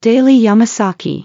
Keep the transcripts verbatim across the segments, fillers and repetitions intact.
Daily Yamasaki.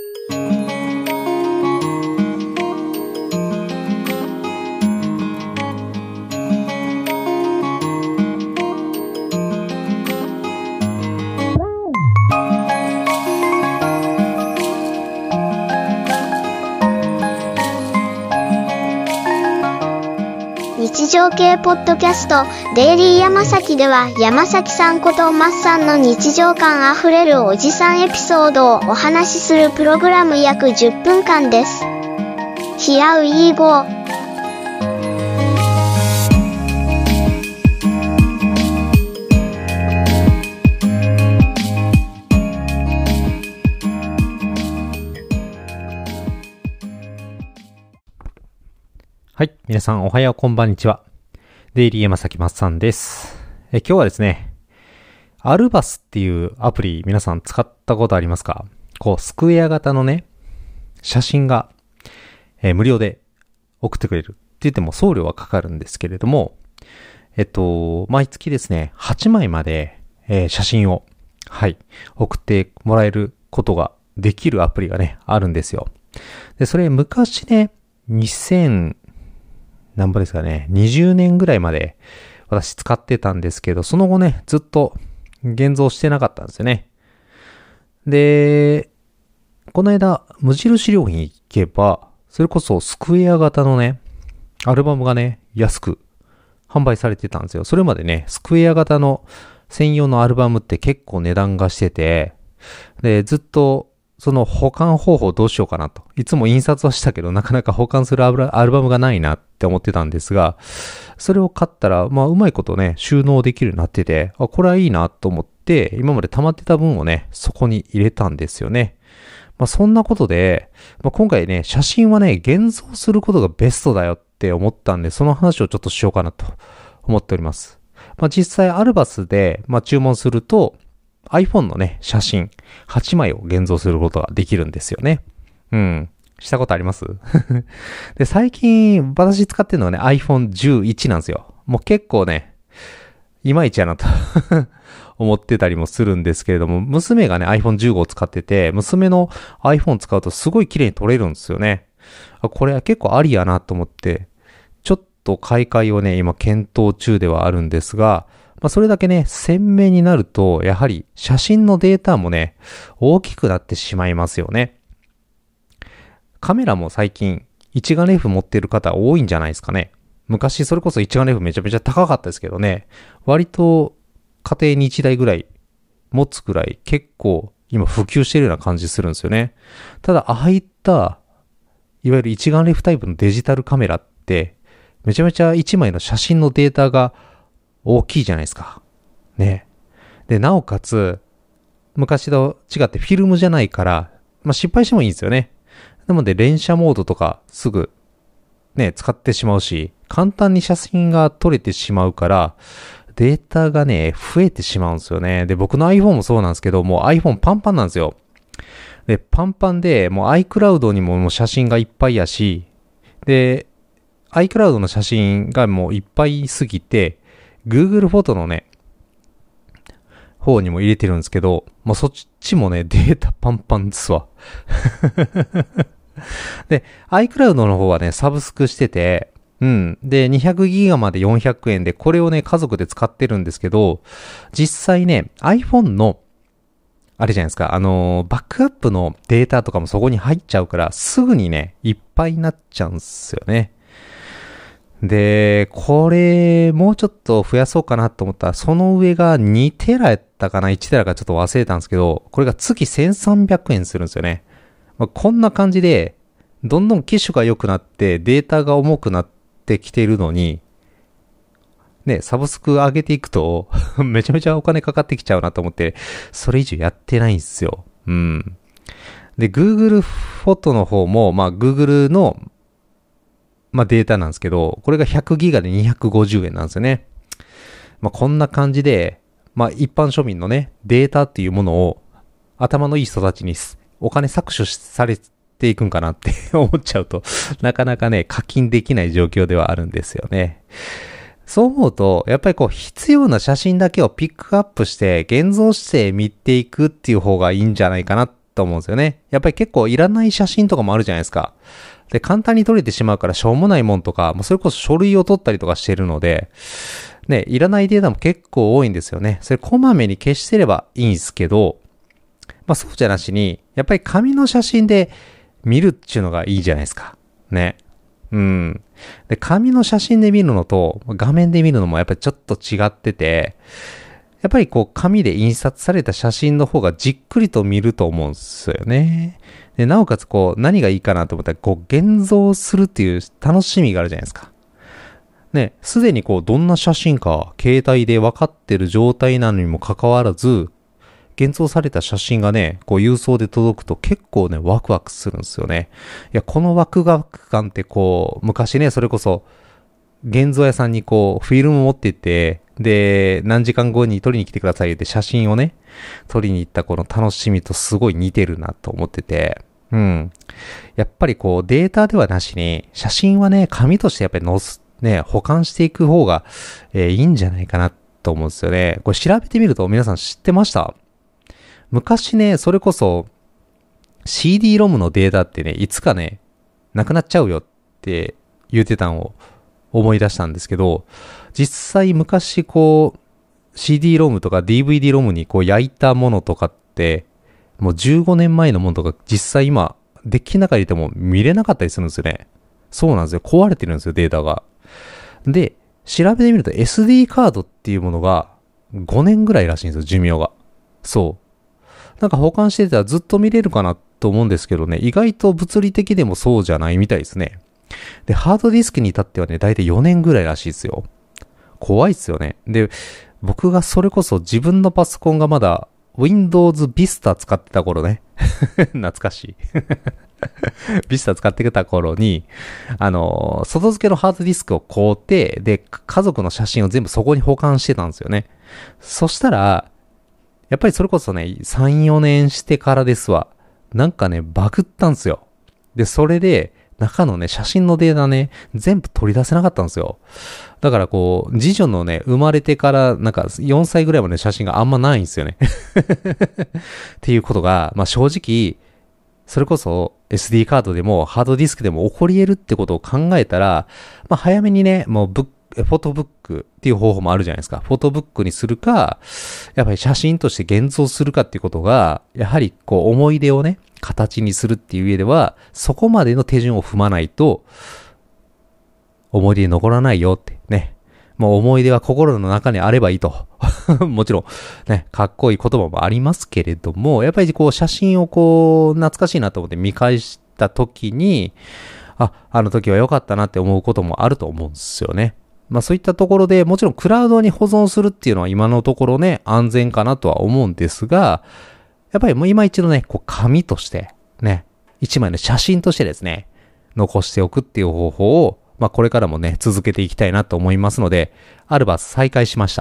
日常系ポッドキャストデイリーヤマサキでは山崎さんことマッさんの日常感あふれるおじさんエピソードをお話しするプログラム約じゅっぷんかんです。Here we go。 はい。皆さんおはよう、こんばんにちは。デイリー山崎まっさんです。え、今日はですね、アルバスっていうアプリ皆さん使ったことありますか？こう、スクエア型のね、写真が、えー、無料で送ってくれるって言っても送料はかかるんですけれども、えっと、毎月ですね、はちまいまで、えー、写真を、はい、送ってもらえることができるアプリがね、あるんですよ。で、それ昔ね、にせん何ぼですかね、にじゅうねんぐらいまで私使ってたんですけど、その後ね、ずっと現像してなかったんですよね。で、この間、無印良品行けば、それこそスクエア型のね、アルバムがね、安く販売されてたんですよ。それまでね、スクエア型の専用のアルバムって結構値段がしてて、で、ずっとその保管方法どうしようかなと。いつも印刷はしたけど、なかなか保管するアルバムがないなって思ってたんですが、それを買ったら、まあ、うまいことね、収納できるようになってて、あ、これはいいなと思って、今まで溜まってた分をね、そこに入れたんですよね。まあ、そんなことで、まあ、今回ね、写真はね、現像することがベストだよって思ったんで、その話をちょっとしようかなと思っております。まあ、実際アルバスで、まあ、注文すると、iPhone のね、写真はちまいを現像することができるんですよね。うん。したことありますで、最近私使ってるのはね、アイフォンじゅういち なんですよ。もう結構ね、いまいちやなと思ってたりもするんですけれども、娘がね、アイフォンじゅうご を使ってて、娘の iPhone 使うとすごい綺麗に撮れるんですよね。これは結構ありやなと思って、ちょっと買い替えをね、今検討中ではあるんですが、まあ、それだけね、鮮明になると、やはり写真のデータもね、大きくなってしまいますよね。カメラも最近、一眼レフ持ってる方多いんじゃないですかね。昔それこそ一眼レフめちゃめちゃ高かったですけどね、割と家庭にいちだいぐらい持つくらい結構今普及してるような感じするんですよね。ただ、ああいった、いわゆる一眼レフタイプのデジタルカメラって、めちゃめちゃ一枚の写真のデータが大きいじゃないですか。ね。で、なおかつ、昔と違ってフィルムじゃないから、まあ、失敗してもいいんですよね。なので、連写モードとかすぐ、ね、使ってしまうし、簡単に写真が撮れてしまうから、データがね、増えてしまうんですよね。で、僕の iPhone もそうなんですけど、もう iPhone パンパンなんですよ。で、パンパンで、もう iCloud にももう写真がいっぱいやし、で、iCloud の写真がもういっぱいすぎて、Google フォトのね、方にも入れてるんですけど、もうそっちもね、データパンパンですわ。で、iCloud の方はね、サブスクしてて、うん。で、にひゃくギガまでよんひゃくえんで、これをね、家族で使ってるんですけど、実際ね、iPhone の、あれじゃないですか、あのー、バックアップのデータとかもそこに入っちゃうから、すぐにね、いっぱいになっちゃうんですよね。で、これ、もうちょっと増やそうかなと思ったら、その上がにテラやったかな、いちテラかちょっと忘れたんですけど、これが月せんさんびゃくえんするんですよね。まあ、こんな感じで、どんどん機種が良くなって、データが重くなってきているのに、ね、サブスク上げていくと、めちゃめちゃお金かかってきちゃうなと思って、それ以上やってないんですよ。うん。で、Google フォトの方も、まあ、Google の、まあデータなんですけど、これがひゃくギガでにひゃくごじゅうえんなんですよね。まあこんな感じで、まあ一般庶民のね、データっていうものを頭のいい人たちにお金搾取されていくんかなって思っちゃうと、なかなかね、課金できない状況ではあるんですよね。 そう思うと、やっぱりこう必要な写真だけをピックアップして現像して見ていくっていう方がいいんじゃないかなと思うんですよね。やっぱり結構いらない写真とかもあるじゃないですか。で、簡単に撮れてしまうからしょうもないもんとか、もうそれこそ書類を取ったりとかしてるので、ね、いらないデータも結構多いんですよね。それこまめに消してればいいんですけど、まあそうじゃなしに、やっぱり紙の写真で見るっていうのがいいじゃないですか。ね。うん。で、紙の写真で見るのと画面で見るのもやっぱりちょっと違ってて、やっぱりこう紙で印刷された写真の方がじっくりと見ると思うんですよね。で、なおかつこう何がいいかなと思ったら、こう現像するっていう楽しみがあるじゃないですか。ね、すでにこうどんな写真か携帯で分かってる状態なのにもかかわらず、現像された写真がね、こう郵送で届くと結構ね、ワクワクするんですよね。いや、このワクワク感ってこう、昔ね、それこそ、現像屋さんにこう、フィルム持って行って、で、何時間後に撮りに来てくださいって写真をね、撮りに行ったこの楽しみとすごい似てるなと思ってて、うん。やっぱりこう、データではなしに、写真はね、紙としてやっぱり載す、ね、保管していく方が、えー、いいんじゃないかなと思うんですよね。これ調べてみると皆さん知ってました？昔ね、それこそ シーディー ロムのデータってね、いつかね、なくなっちゃうよって言ってたのを思い出したんですけど、実際昔こう シーディー ロムとか ディーブイディー ロムにこう焼いたものとかって、もうじゅうごねんまえのものとか実際今、デッキの中にいても見れなかったりするんですよね。そうなんですよ。壊れてるんですよ、データが。で、調べてみると エスディー カードっていうものがごねんぐらいらしいんですよ、寿命が。そう。なんか保管してたらずっと見れるかなと思うんですけどね、意外と物理的でもそうじゃないみたいですね。で、ハードディスクに至ってはね、だいたいよねんぐらいらしいですよ。怖いっすよね。で、僕がそれこそ自分のパソコンがまだ Windows Vista 使ってた頃ね。懐かしい。Vista 使ってた頃に、あの、外付けのハードディスクを買うて、で、家族の写真を全部そこに保管してたんですよね。そしたら、やっぱりそれこそね、さん、よねんしてからですわ。なんかね、バグったんですよ。で、それで、中のね、写真のデータね、全部取り出せなかったんですよ。だからこう、次女のね、生まれてから、なんかよんさいぐらいまで写真があんまないんですよね。っていうことが、まあ正直、それこそ エスディー カードでもハードディスクでも起こり得るってことを考えたら、まあ早めにね、もうブック、フォトブックっていう方法もあるじゃないですか。フォトブックにするか、やっぱり写真として現像するかっていうことが、やはりこう思い出をね、形にするっていう上では、そこまでの手順を踏まないと、思い出に残らないよってね。もう思い出は心の中にあればいいと。もちろん、ね、かっこいい言葉もありますけれども、やっぱりこう写真をこう、懐かしいなと思って見返した時に、あ、あの時は良かったなって思うこともあると思うんですよね。まあそういったところでもちろんクラウドに保存するっていうのは今のところね、安全かなとは思うんですが、やっぱりもう今一度ね、こう紙として、ね、一枚の写真としてですね、残しておくっていう方法を、まあこれからもね、続けていきたいなと思いますので、アルバス再開しました。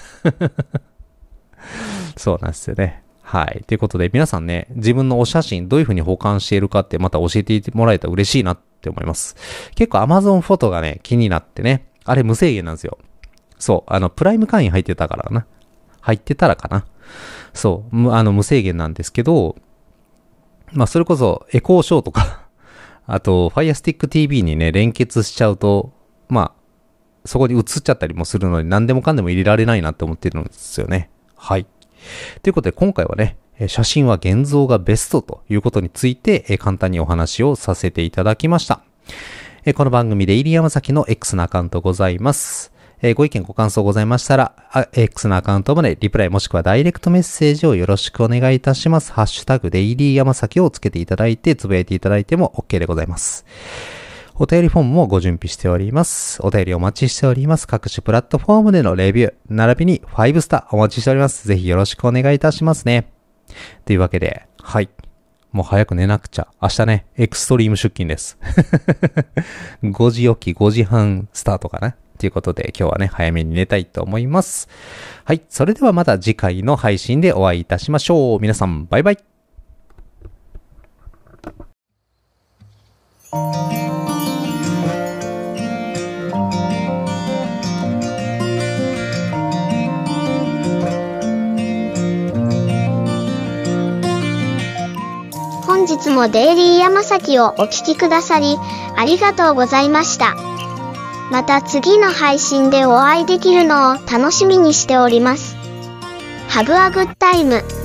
そうなんですよね。はい。ということで皆さんね、自分のお写真どういう風に保管しているかってまた教えてもらえたら嬉しいなって思います。結構 Amazon フォトがね、気になってね、あれ無制限なんですよ。そう。あの、プライム会員入ってたからな。入ってたらかな。そう。あの、無制限なんですけど、まあ、それこそ、エコーショーとか、あと、Fire Stick ティーブイ にね、連結しちゃうと、まあ、そこに映っちゃったりもするので、何でもかんでも入れられないなって思ってるんですよね。はい。ということで、今回はね、写真は現像がベストということについて、簡単にお話をさせていただきました。この番組でイリヤマサキの X のアカウントございます。ご意見ご感想ございましたら、X のアカウントまでリプライもしくはダイレクトメッセージをよろしくお願いいたします。ハッシュタグデイリーヤマサキをつけていただいて、つぶやいていただいても OK でございます。お便りフォームもご準備しております。お便りお待ちしております。各種プラットフォームでのレビュー、並びにごスターお待ちしております。ぜひよろしくお願いいたしますね。というわけで、はい。もう早く寝なくちゃ。明日ね、エクストリーム出勤です。ごじ起きごじはんスタートかなということで今日はね、早めに寝たいと思います。はい。それではまた次回の配信でお会いいたしましょう。皆さん、バイバイ。 本日もデイリーヤマサキをお聞きくださり、ありがとうございました。また次の配信でお会いできるのを楽しみにしております。Have a good time!